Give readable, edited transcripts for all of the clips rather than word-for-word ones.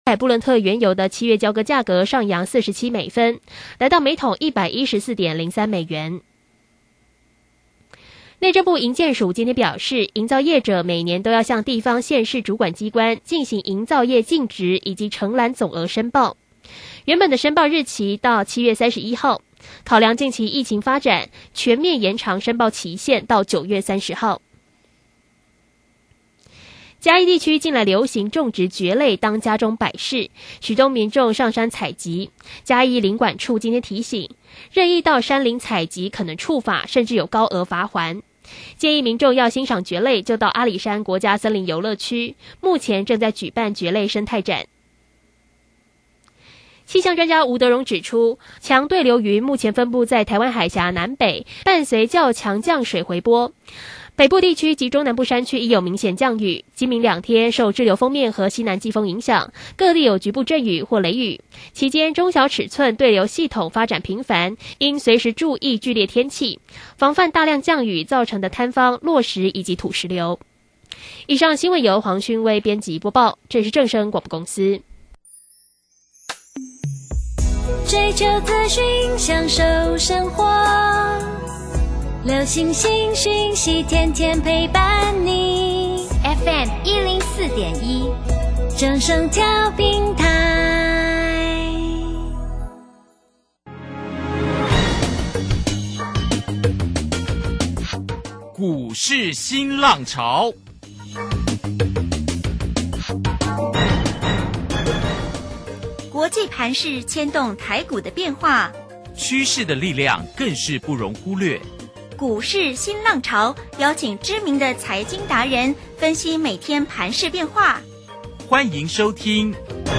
布伦特原油的7月交割价格上扬47美分，来到每桶114.03美元。内政部营建署今天表示，营造业者每年都要向地方县市主管机关进行营造业净值以及承揽总额申报。原本的申报日期到7月31号，考量近期疫情发展，全面延长申报期限到9月30号。嘉义地区近来流行种植蕨类当家中摆饰，许多民众上山采集。嘉义林管处今天提醒，任意到山林采集可能触法，甚至有高额罚锾。建议民众要欣赏蕨类，就到阿里山国家森林游乐区，目前正在举办蕨类生态展。气象专家吴德荣指出，强对流云目前分布在台湾海峡南北，伴随较强降水回波。北部地区及中南部山区已有明显降雨，今明2天受滞留锋面和西南季风影响，各地有局部阵雨或雷雨。期间中小尺寸对流系统发展频繁，应随时注意剧烈天气，防范大量降雨造成的坍方、落石以及土石流。以上新闻由黄勋威编辑播报，这是正声广播公司。 追求资讯，享受生活，流行新讯息，天天陪伴你。FM 104.1，正声调频台。 股市新浪潮。 国际盘势牵动台股的变化， 趋势的力量更是不容忽略。 股市新浪潮邀请知名的财经达人分析每天盘势变化。 欢迎收听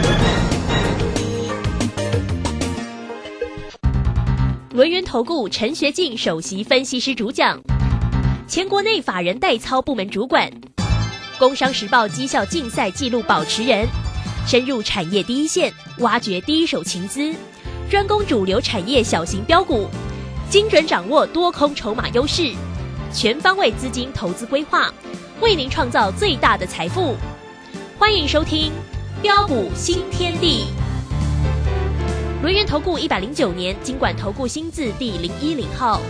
轮源投顾陈学进首席分析师主讲，前国内法人代操部门主管，工商时报绩效竞赛纪录保持人，深入产业第一线，挖掘第一手情资，专攻主流产业小型标股，精准掌握多空筹码优势，全方位资金投资规划，为您创造最大的财富。欢迎收听标股新天地。轮源投顾109年金管投顾新字第010号。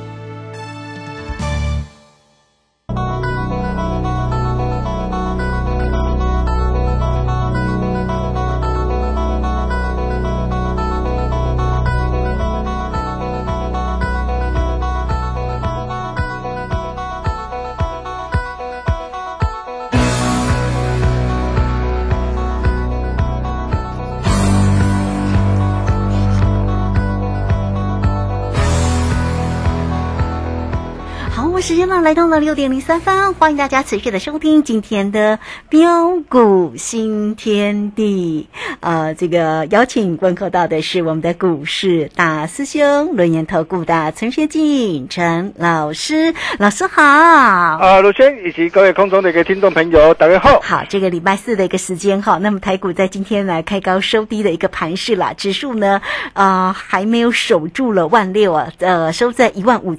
时间呢来到了6点03分，欢迎大家持续的收听今天的标股新天地。这个邀请问候到的是我们的股市大师兄轮源投顾的陈学进陈老师，老师好。 鲁轩以及各位空中的一个听众朋友，大家好。 好，这个礼拜四的一个时间哈，那么台股在今天呢开高收低的一个盘势啦，指数呢还没有守住了16000啊，收在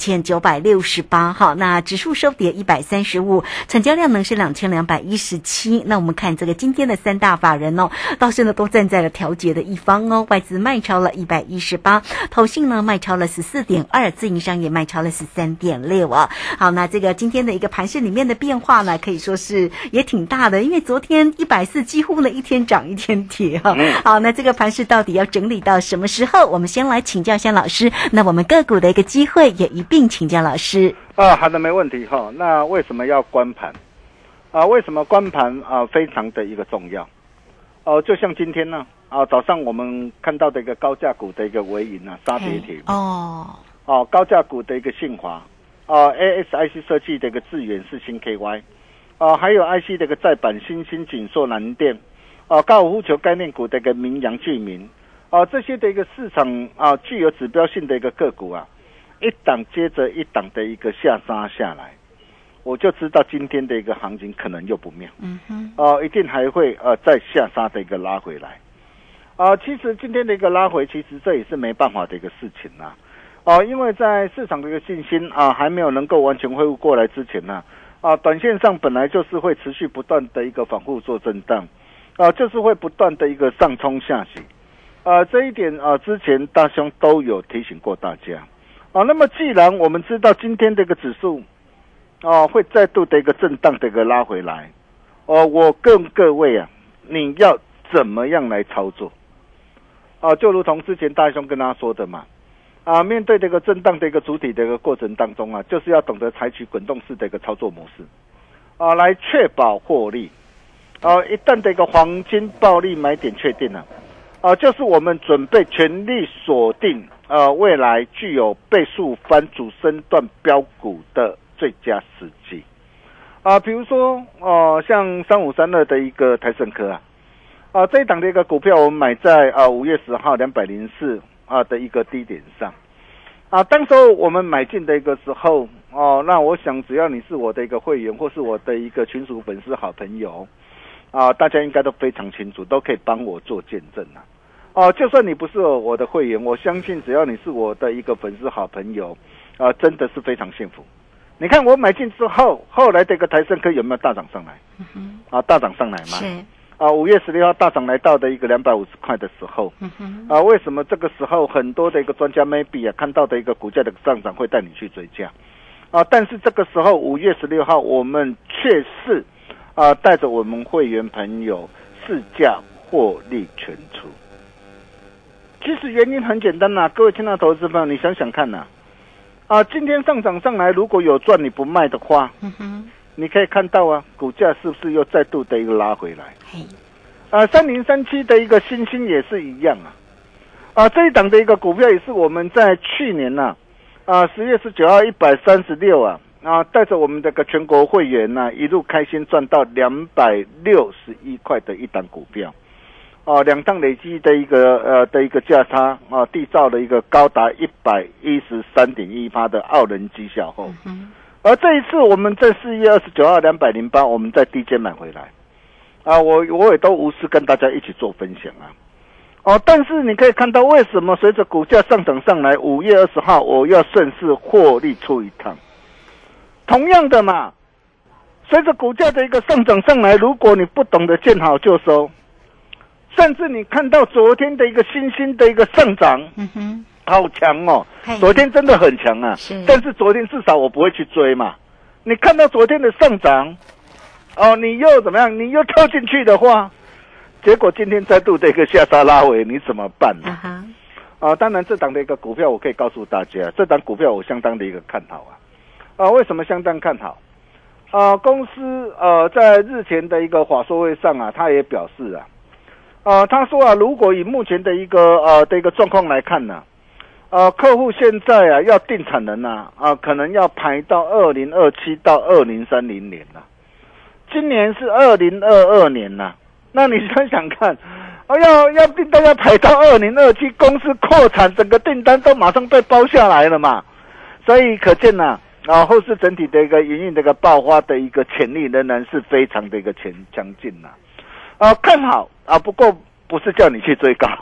15968哈。那指数收跌135，成交量呢是2217。那我们看这个今天的三大法人倒是呢都站在了调节的一方外资卖超了118，投信呢卖超了14.2，自营商也卖超了13.6啊。好，那这个今天的一个盘势里面的变化呢，可以说是也挺大的，因为昨天140几乎呢一天涨一天跌哈。好，那这个盘势到底要整理到什么时候？我们先来请教一下老师，那我们个股的一个机会也一并请教老师。 好的，没问题哈。那为什么要关盘？为什么关盘非常的一个重要？就像今天呢，早上我们看到的一个高价股的一个微银杀跌停。高价股的一个信华，ASIC 设计的一个智远是新 KY，还有 IC 的一个载板新兴锦硕南电，高尔夫球概念股的一个明阳巨明，这些的一个市场具有指标性的一个个股一档接着一档的一个下杀下来，我就知道今天的一个行情可能又不妙，一定还会再下杀的一个拉回来，其实今天的一个拉回，其实这也是没办法的一个事情因为在市场的一个信心还没有能够完全恢复过来之前短线上本来就是会持续不断的一个反复做震荡， 就是会不断的一个上冲下洗，这一点之前大兄都有提醒过大家，那么既然我们知道今天这个指数，会再度的一个震荡的一个拉回来，我跟各位啊，你要怎么样来操作？就如同之前大兄跟他说的嘛，面对这个震荡的一个主体的一个过程当中就是要懂得采取滚动式的一个操作模式，来确保获利。一旦的一个黄金暴利买点确定了，就是我们准备全力锁定未来具有倍数翻主升段标股的最佳时机。比如说像3532的一个台盛科这一档的一个股票我们买在5月10号204的一个低点上。当时候我们买进的一个时候那我想只要你是我的一个会员或是我的一个群组粉丝好朋友大家应该都非常清楚，都可以帮我做见证就算你不是我的会员，我相信只要你是我的一个粉丝好朋友真的是非常幸福。你看我买进之后，后来的一个台盛科有没有大涨上来？大涨上来嘛。 是 5月16号大涨来到的一个250块的时候，为什么这个时候很多的一个专家 maybe 看到的一个股价的上涨会带你去追价但是这个时候5月16号我们却是带着我们会员朋友市价获利全出。其实原因很简单各位亲爱的投资朋友，你想想看今天上涨上来，如果有赚你不卖的话，你可以看到股价是不是又再度的一个拉回来？3037的一个星星也是一样这一档的一个股票也是我们在去年10月19号136带着我们这个全国会员一路开心赚到261块的一档股票两档累积的一个价差缔造了一个高达 113.1% 的傲人绩效后，而这一次我们在4月29号208我们在低阶买回来我也都无私跟大家一起做分享但是你可以看到为什么随着股价上涨上来，5月20号我要顺势获利出一趟。同样的嘛，随着股价的一个上涨上来，如果你不懂得见好就收，甚至你看到昨天的一个新兴的一个上涨，好强昨天真的很强但是昨天至少我不会去追嘛。你看到昨天的上涨你又怎么样？你又跳进去的话，结果今天再度的一个下杀拉回，你怎么办呢？当然这档的一个股票我可以告诉大家，这档股票我相当的一个看好为什么相当看好？公司在日前的一个法说会上他也表示他说如果以目前的一个状况来看客户现在要订产能可能要排到2027到2030年今年是2022年那你想想看要订单要排到2027，公司扩产整个订单都马上被包下来了嘛，所以可见后市整体的一个营运的一个爆发的一个潜力仍然是非常的一个强劲看好不过不是叫你去追高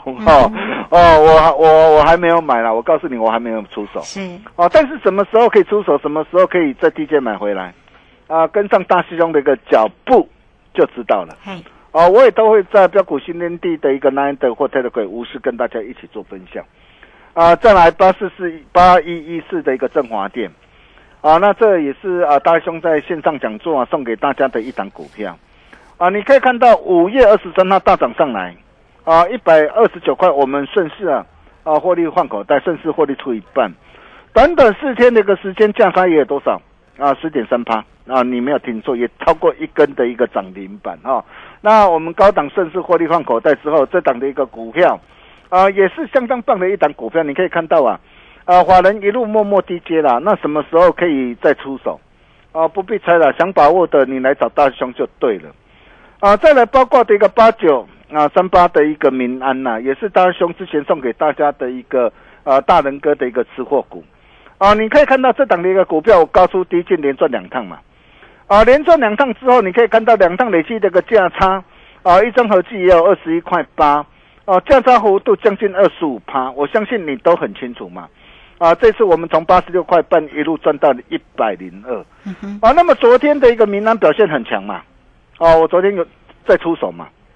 我还没有买啦，我告诉你我还没有出手是但是什么时候可以出手，什么时候可以在低阶买回来跟上大师兄的一个脚步就知道了我也都会在标股新天地的一个 Line 或 Telegram 无私跟大家一起做分享再来8114的一个振华电那这也是大兄在线上讲座送给大家的一档股票你可以看到5月23号大涨上来129块，我们顺势获利换口袋，顺势获利出一半，短短4天的一个时间价差也有多少10.3%你没有听错，也超过一根的一个涨停板那我们高档顺势获利换口袋之后，这档的一个股票也是相当棒的一档股票，你可以看到法人一路默默低接啦，那什么时候可以再出手不必猜了，想把握的你来找大兄就对了再来包括的一个8938的一个民安也是大兄之前送给大家的一个大人哥的一个吃货股你可以看到这档的一个股票我高出低进连赚2趟嘛连赚2趟之后，你可以看到2趟累计的一个价差一张合计也有21.8块价差幅度将近25%，我相信你都很清楚嘛这次我们从86块半一路赚到了102那么昨天的一个民安表现很强嘛我昨天有在出手嘛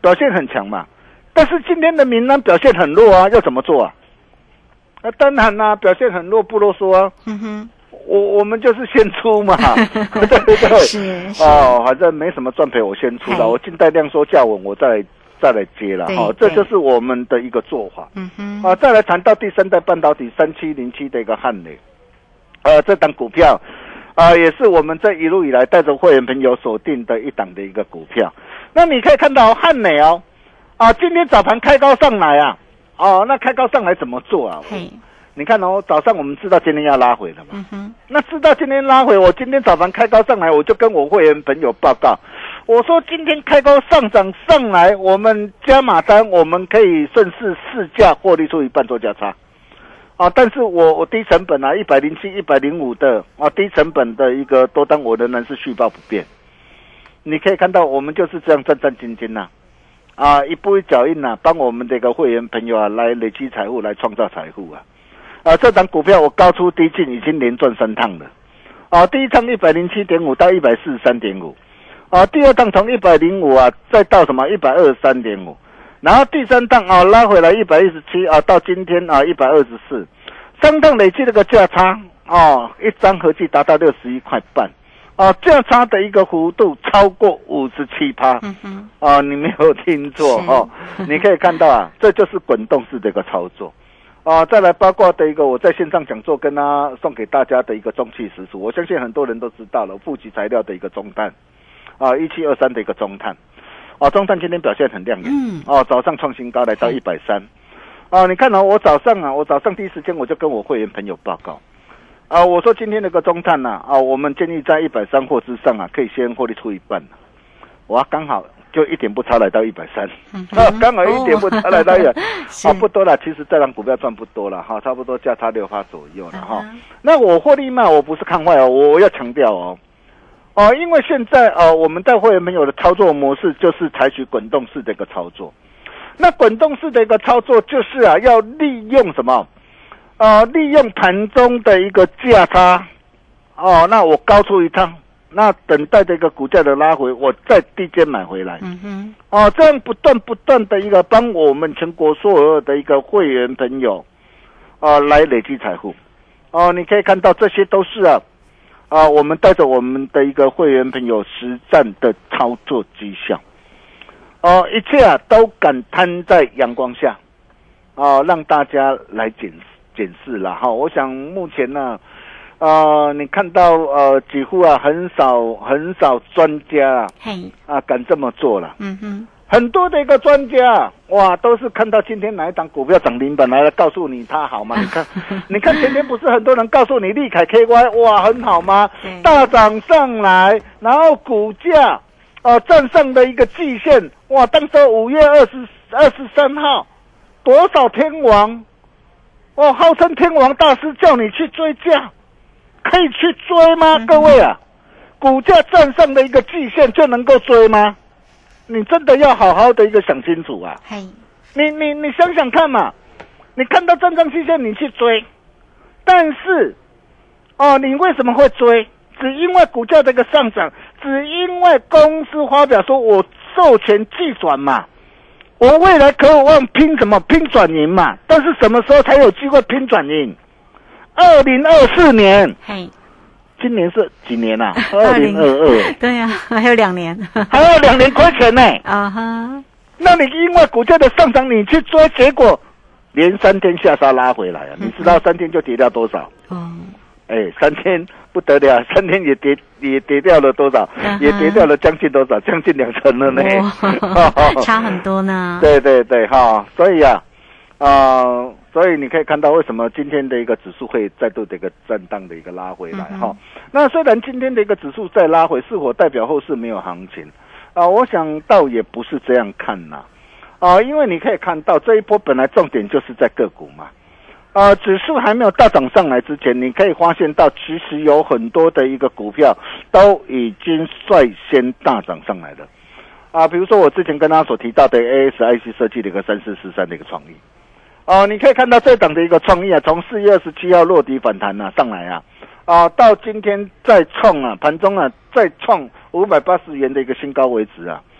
表现很强嘛，但是今天的民安表现很弱啊，要怎么做啊？那当然啦，表现很弱不啰嗦啊。我们就是先出嘛，对不对？ 是反正没什么赚赔，我先出了，我静待量缩价稳，我再来接了。这就是我们的一个做法。再来谈到第三代半导体3707的一个汉磊，这档股票。也是我们这一路以来带着会员朋友锁定的一档的一个股票。那你可以看到汉磊今天早盘开高上来啊，那开高上来怎么做啊？你看早上我们知道今天要拉回了嘛，那知道今天拉回，我今天早盘开高上来，我就跟我会员朋友报告，我说今天开高上涨上来，我们加码单，我们可以顺势市价获利出一半做价差。但是我低成本107、105的低成本的一个多单，我仍然是续报不变。你可以看到，我们就是这样战战兢兢一步一脚印帮我们的一个会员朋友来累积财富，来创造财富这档股票我高出低进，已经连赚3趟了。第一趟107.5到143.5，第二趟从105再到什么123.5。然后第三趟拉回来117到今天124，三趟累计这个价差一张合计达到61块半价差的一个幅度超过57%。你没有听错你可以看到这就是滚动式的一个操作再来包括的一个我在线上讲座跟送给大家的一个中气实属，我相信很多人都知道了，富集材料的一个中碳1723的一个中碳。中碳今天表现很亮眼，早上创新高来到130。你看我早上第一时间我就跟我会员朋友报告，我说今天那个中碳我们建议在130或之上可以先获利出一半。我刚好就一点不差来到130，刚好一点不差来到100，不多了，其实这档股票赚不多了差不多价差6%左右了那我获利卖我不是看坏我要强调因为现在我们带会员朋友的操作模式就是采取滚动式的一个操作。那滚动式的一个操作就是要利用什么？利用盘中的一个价差那我高出一趟，那等待的一个股价的拉回，我再低阶买回来。这样不断的一个帮我们全国所有的一个会员朋友来累积财富。你可以看到这些都是我们带着我们的一个会员朋友实战的操作绩效，一切都敢摊在阳光下，让大家来检视了我想目前你看到几乎很少专家敢这么做了。很多的一个专家都是看到今天哪一档股票涨停板来告诉你它好吗？你看前天不是很多人告诉你立凯 KY 很好吗？大涨上来，然后股价站上的一个季线当时5月23号多少天王号称天王大师叫你去追价，可以去追吗？各位股价站上的一个季线就能够追吗？你真的要好好的一个想清楚你想想看嘛，你看到站上季线你去追，但是你为什么会追？只因为股价的一个上涨，只因为公司发表说我授权技转嘛，我未来渴望拼什么？拼转盈嘛。但是什么时候才有机会拼转盈？2024年。今年是几年2022。 对还有2年， 还有2年亏钱呢。那你因为股价的上涨，你去追，结果连3天下杀拉回来你知道3天就跌掉多少？3天不得了，3天也跌掉了多少？也跌掉了将近多少？将近2成了呢。 差很多呢。 对所以你可以看到为什么今天的一个指数会再度的一个震荡的一个拉回来那虽然今天的一个指数再拉回，是否代表后市没有行情我想倒也不是这样看因为你可以看到这一波本来重点就是在个股嘛指数还没有大涨上来之前，你可以发现到其实有很多的一个股票都已经率先大涨上来了比如说我之前跟大家所提到的 ASIC 设计的一个3443的一个创意你可以看到这档的一个创意从4月27号落底反弹上来到今天再创盘中再创580元的一个新高为止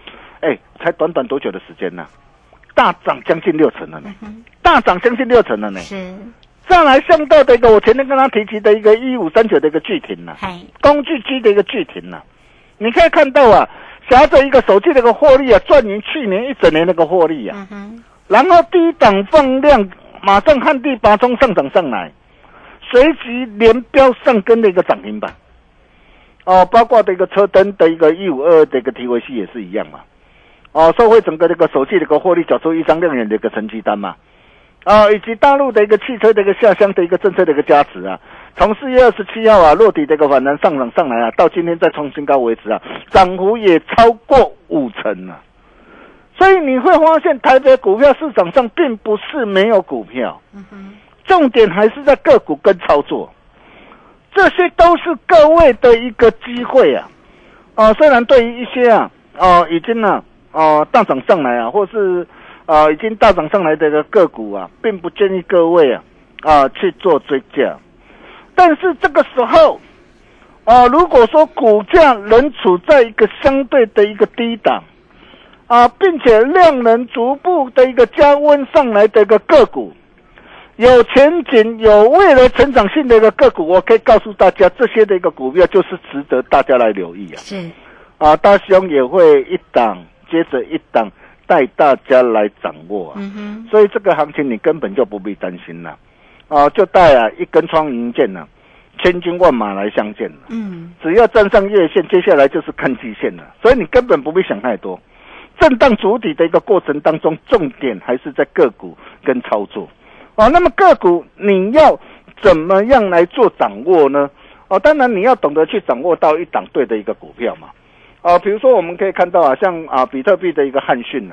才短短多久的时间呢？大涨将近60%了呢，大涨将近60%了呢。 是。 再来像到的一个我前天跟他提及的一个1539的一个巨停了，工具机的一个巨停了，你可以看到啊，夹着一个手机的一个获利啊，赚赢去年一整年那个获利啊，然后低档放量，马上旱地拔葱上涨上来，随即连标上根的一个涨停板，包括的一个车灯的一个1522的一个 TVC 也是一样嘛，受惠整个这个手机的一个获利，缴出一张亮眼的一个成绩单嘛。以及大陆的一个汽车的一个下乡的一个政策的一个加持啊，从4月27号啊落底的一个反弹上涨上来啊，到今天再创新高为止啊，涨幅也超过50%啊。所以你会发现台北股票市场上并不是没有股票，重点还是在个股跟操作，这些都是各位的一个机会啊。虽然对于一些已经大涨上来啊，或是已经大涨上来的一个个股啊，并不建议各位去做追加。但是这个时候如果说股价仍处在一个相对的一个低档并且量能逐步的一个加温上来的一个个股，有前景有未来成长性的一个个股，我可以告诉大家，这些的一个股票就是值得大家来留意啊。 是大兄也会一档接着一档带大家来掌握所以这个行情你根本就不必担心了就带一根创银剑了，千军万马来相见了只要站上月线，接下来就是看季线了，所以你根本不必想太多。震荡筑底的一个过程当中，重点还是在个股跟操作那么个股你要怎么样来做掌握呢？当然你要懂得去掌握到一档对的一个股票嘛。比如说我们可以看到像比特币的一个汉讯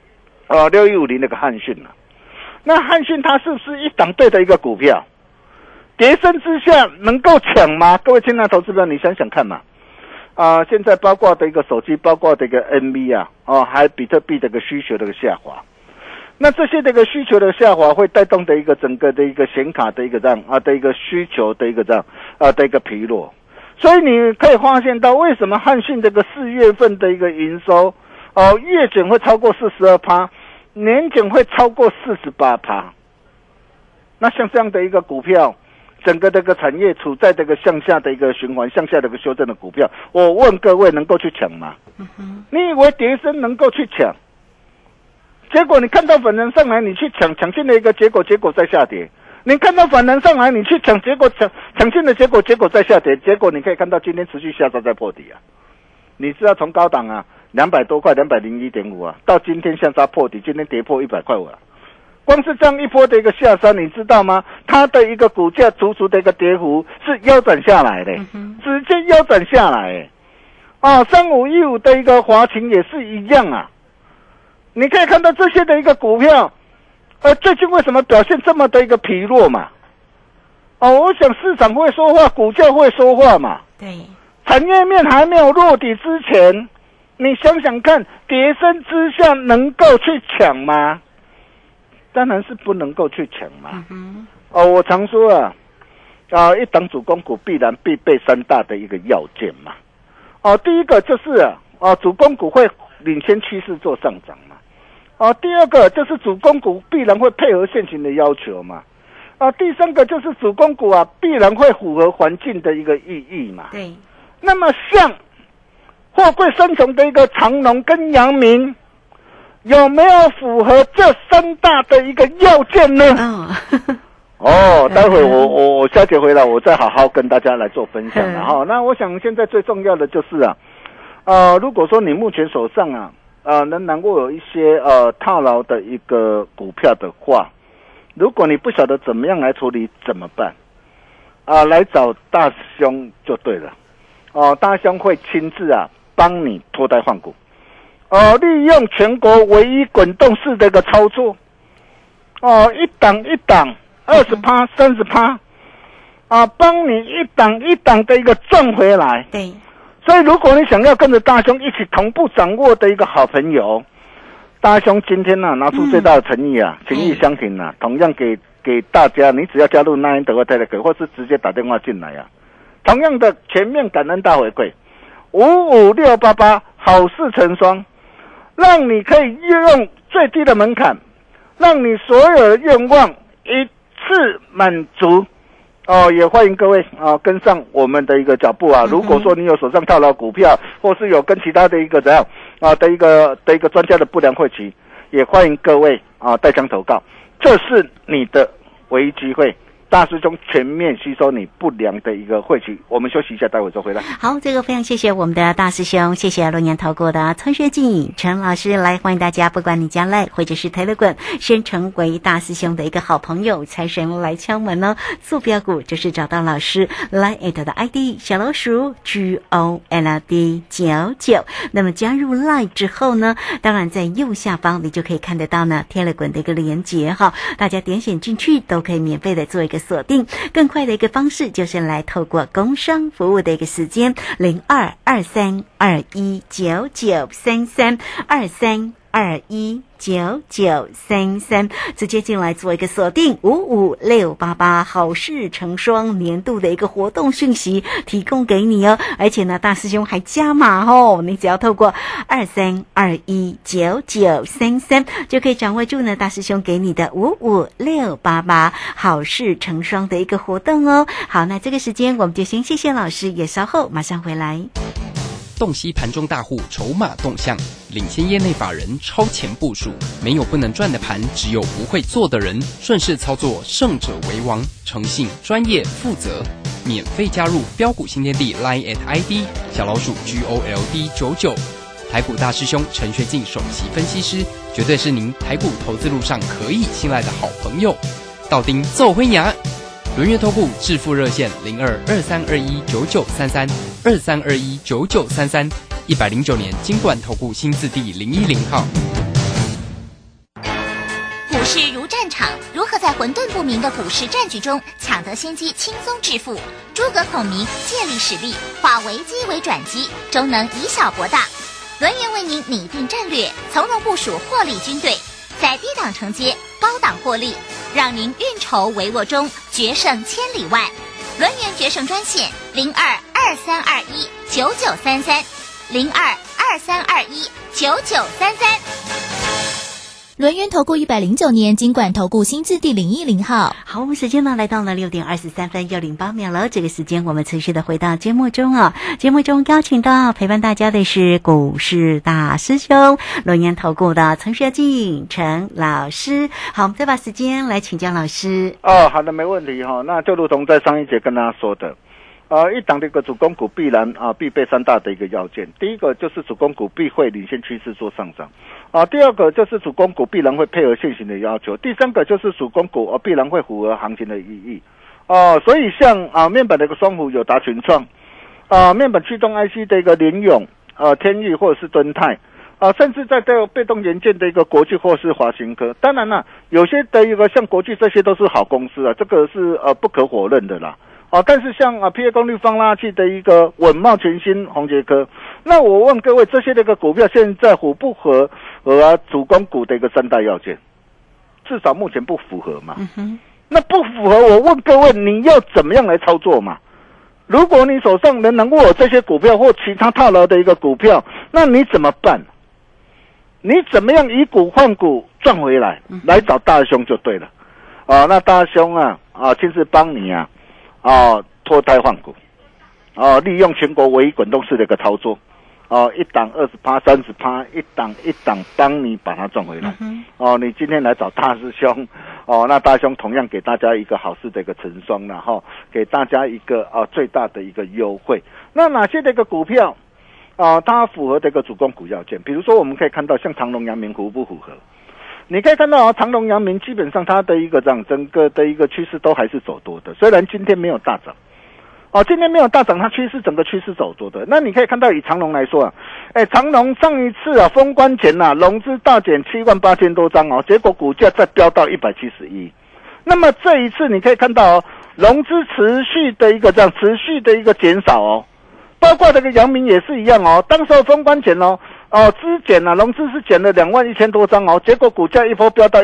6150那个汉讯那汉讯它是不是一档对的一个股票？跌升之下能够抢吗？各位亲爱的投资者，你想想看嘛。现在包括的一个手机，包括的一个 NV 还比特币的一个需求的一个下滑，那这些的一个需求的下滑会带动的一个整个的一个显卡的一个这样的一个需求的一个这样的一个疲弱。所以你可以发现到为什么汉讯这个4月份的一个营收月减会超过 42%， 年减会超过 48%。 那像这样的一个股票，整个这个产业处在这个向下的一个循环，向下的一个修正的股票，我问各位能够去抢吗？你以为跌升能够去抢？结果你看到反弹上来你去抢进的一个结果在下跌，你看到反弹上来你去抢，结果抢进的结果在下跌，结果你可以看到今天持续下杀在破底你知道从高档200多块 201.5 到今天下杀破底，今天跌破100块光是这样一波的一个下杀，你知道吗？它的一个股价足足的一个跌幅是腰斩下来的，直接腰斩下来3515的一个华勤也是一样你可以看到这些的一个股票最近为什么表现这么的一个疲弱嘛？我想市场会说话，股价会说话嘛。 对， 产业面还没有落底之前，你想想看，跌升之下能够去抢吗？当然是不能够去抢嘛。我常说一档主攻股必然必备3大的一个要件嘛。第一个就是主攻股会领先趋势做上涨嘛。第二个就是主攻股必然会配合现行的要求嘛。第三个就是主攻股必然会符合环境的一个意义嘛。 对。 那么像货柜三雄的一个长荣跟阳明，有没有符合这3大的一个要件呢？待会我下节回来我再好好跟大家来做分享那我想现在最重要的就是如果说你目前手上仍然会有一些套牢的一个股票的话，如果你不晓得怎么样来处理怎么办来找大兄就对了大兄会亲自帮你脱胎换骨利用全国唯一滚动式的一个操作一档一档 20% 30% 帮你一档一档的一个赚回来。 对， 所以如果你想要跟着大兄一起同步掌握的一个好朋友，大兄今天拿出最大的诚意情义相挺同样给大家，你只要加入9德国泰勒或是直接打电话进来同样的全面感恩大回馈，55688好事成双。 让你可以用最低的门槛，让你所有的愿望一次满足。也欢迎各位跟上我们的一个脚步啊！如果说你有手上套牢股票，或是有跟其他的一个怎样的一个专家的不良会期，也欢迎各位带枪投靠，这是你的唯一机会。大师兄全面吸收你不良的一个晦气。我们休息一下，待会再回来。 好，这个非常谢谢我们的大师兄，谢谢龙岩投顾的陈学进陈老师来，欢迎大家，不管你加赖或者是Telegram，先成为大师兄的一个好朋友，财神来敲门哦。坐标股就是找到老师来@的 ID 小老鼠 GOLD99，那么加入赖之后呢，当然在右下方你就可以看得到呢 Telegram 的一个连结哈，大家点选进去都可以免费的做一个锁定。更快的一个方式就是来透过工商服务的一个时间022321993323219933，直接进来做一个锁定55688好事成双年度的一个活动讯息提供给你哦，而且呢大师兄还加码哦，你只要透过23219933就可以掌握住呢大师兄给你的55688好事成双的一个活动哦。好，那这个时间我们就先谢谢老师，也稍后马上回来。 洞悉盘中大户筹码动向，领先业内法人超前部署，没有不能赚的盘，只有不会做的人。顺势操作，胜者为王。诚信、专业、负责，免费加入标股新天地 Line @ID 小老鼠 GOLD99。台股大师兄陈学进首席分析师，绝对是您台股投资路上可以信赖的好朋友。道丁奏辉牙。轮源投顾致富热线022321993323219933，109年金管投顾新字第010号。 股市如战场，如何在混沌不明的股市战局中抢得先机，轻松致富？诸葛孔明借力使力，化危机为转机，终能以小博大。轮源为您拟定战略，从容部署获利军队，在低档承接，高档获利，让您运筹帷幄中决胜千里外。轮源决胜专线0223219933，0223219933。 轮源投顾109年金管投顾新字第010号。 好，我们时间呢来到了6点23分又08秒了。这个时间我们持续的回到节目中啊。节目中邀请到陪伴大家的是股市大师兄轮源投顾的陈学进陈老师。好，我们再把时间来请教老师。 好的，没问题哈。那就如同在上一节跟大家说的。一档的一个主攻股必然必备3大的一个要件。第一个就是主攻股必会领先趋势做上涨第二个就是主攻股必然会配合现行的要求，第三个就是主攻股必然会符合行情的意义所以像面板的一个双虎友达群创面板驱动 IC 的一个联咏天钰或者是敦泰甚至在这个被动元件的一个国巨或是华新科，当然了有些的一个像国巨这些都是好公司这个是不可否认的啦但是像PA 功率放大器的一个稳懋全新、宏捷科，那我问各位，这些的一个股票现在符不符合主攻股的一个3大要件？至少目前不符合嘛。那不符合，我问各位，你要怎么样来操作嘛？如果你手上仍然握有这些股票或其他套牢的一个股票，那你怎么办？你怎么样以股换股赚回来？来找大兄就对了。那大兄亲自帮你脱胎换骨利用全国唯一滚动式的一个操作一档20%、30%，一档帮你把它赚回来你今天来找大师兄那大兄同样给大家一个好事的一个成双然后给大家一个最大的一个优惠。那哪些的一个股票它符合的一个主攻股要件？比如说我们可以看到像长荣、阳明符不符合？你可以看到长荣、阳明基本上它的一个整个的一个趋势都还是走多的，虽然今天没有大涨今天没有大涨，它整个趋势走多的。那你可以看到以长荣来说长荣上一次封关前融资大减78000多张结果股价再飙到171。那么这一次你可以看到融资持续的一个减少包括这个阳明也是一样当时候封关前资减融资是减了21000多张结果股价一波飙到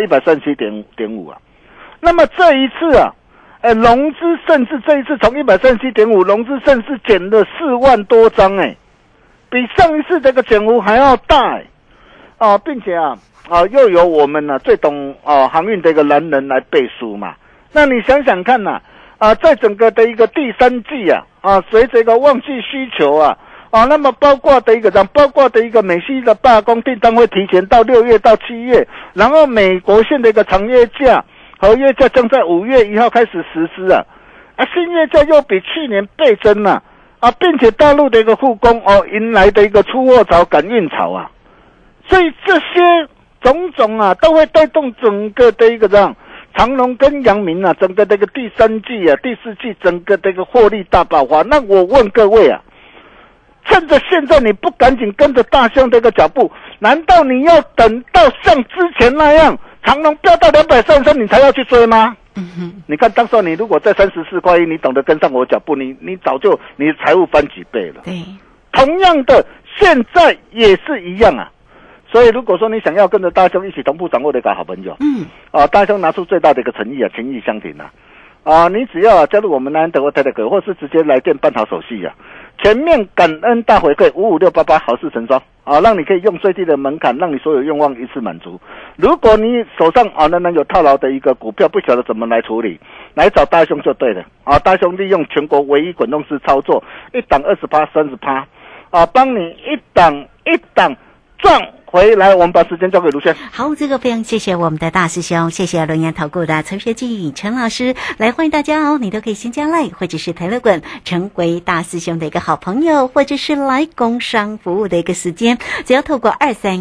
137.5 那么这一次融资甚至这一次从 137.5 融资甚至减了4万多张比上一次这个减幅还要大并且又由我们最懂航运的一个男人来背书嘛。那你想想看在整个的一个第三季随着一个旺季需求那么包括的一个美西的罢工订单会提前到6月到7月，然后美国线的一个长约价、合约价将在5月1号开始实施新约价又比去年倍增并且大陆的一个复工迎来的一个出货潮、赶运潮所以这些种种都会带动整个的一个长荣跟阳明整个这个第三季第四季整个这个获利大爆发。那我问各位趁着现在你不赶紧跟着大兄这个脚步，难道你要等到像之前那样长荣飙到233你才要去追吗？你看当时你如果在34块1，你懂得跟上我脚步，你早就你的财务翻几倍了。 对， 同样的现在也是一样所以如果说你想要跟着大兄一起同步掌握的一个好朋友，大兄拿出最大的一个诚意情义相挺你只要加入我们南德国Telegram，或是直接来电办好手续前面感恩大回馈55688好事成双让你可以用最低的门槛，让你所有愿望一次满足。如果你手上仍然有套牢的一个股票，不晓得怎么来处理，来找大兄就对了大兄利用全国唯一滚动式操作，一档20%、30%帮你一档一档赚回来。我们把时间交给卢轩。 好，这个非常谢谢我们的大师兄，谢谢轮研投顾的陈学进陈老师，来欢迎大家你都可以先加 LINE 或者是 Telegram 成为大师兄的一个好朋友，或者是来工商服务的一个时间，只要透过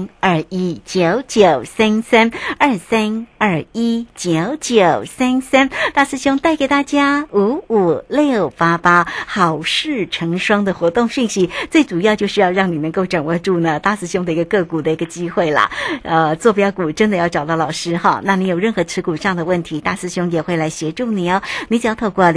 23219933 23219933，大师兄带给大家55688好事成双的活动讯息，最主要就是要让你能够掌握住呢大师兄的一个个股的一个机会啦。做标股真的要找到老师那你有任何持股上的问题，大师兄也会来协助你你只要透过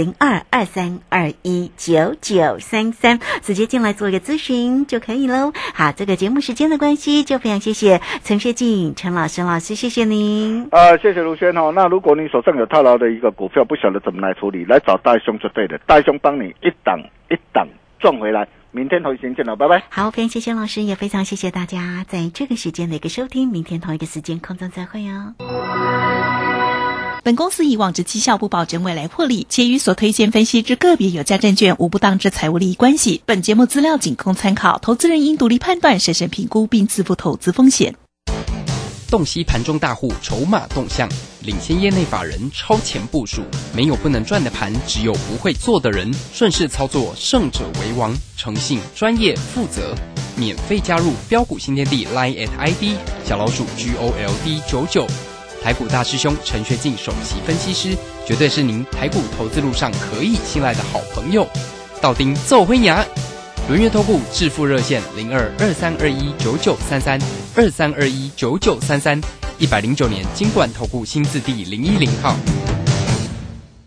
0223219933直接进来做一个咨询就可以咯。好，这个节目时间的关系，就非常谢谢陈学进陈老师，谢谢您。 谢谢卢轩那如果你手上有套牢的一个股票，不晓得怎么来处理，来找大兄就对了，大兄帮你一档一档赚回来。明天同一时间见了，拜拜。 好，非常谢谢老师，也非常谢谢大家在这个时间的一个收听，明天同一个时间空中再会本公司以往之绩效不保证未来获利，且与所推荐分析之个别有价证券无不当之财务利益关系。本节目资料仅供参考，投资人应独立判断、审慎评估并自负投资风险。 洞悉盘中大户筹码动向，领先业内法人超前部署，没有不能赚的盘，只有不会做的人。顺势操作，胜者为王。诚信、专业、负责，免费加入标股新天地 Line ID 小老鼠GOLD99。台股大师兄陈学进首席分析师，绝对是您台股投资路上可以信赖的好朋友。道丁奏辉牙，轮月投顾致富热线0223219933 23219933，109年金管投顾新字第010号。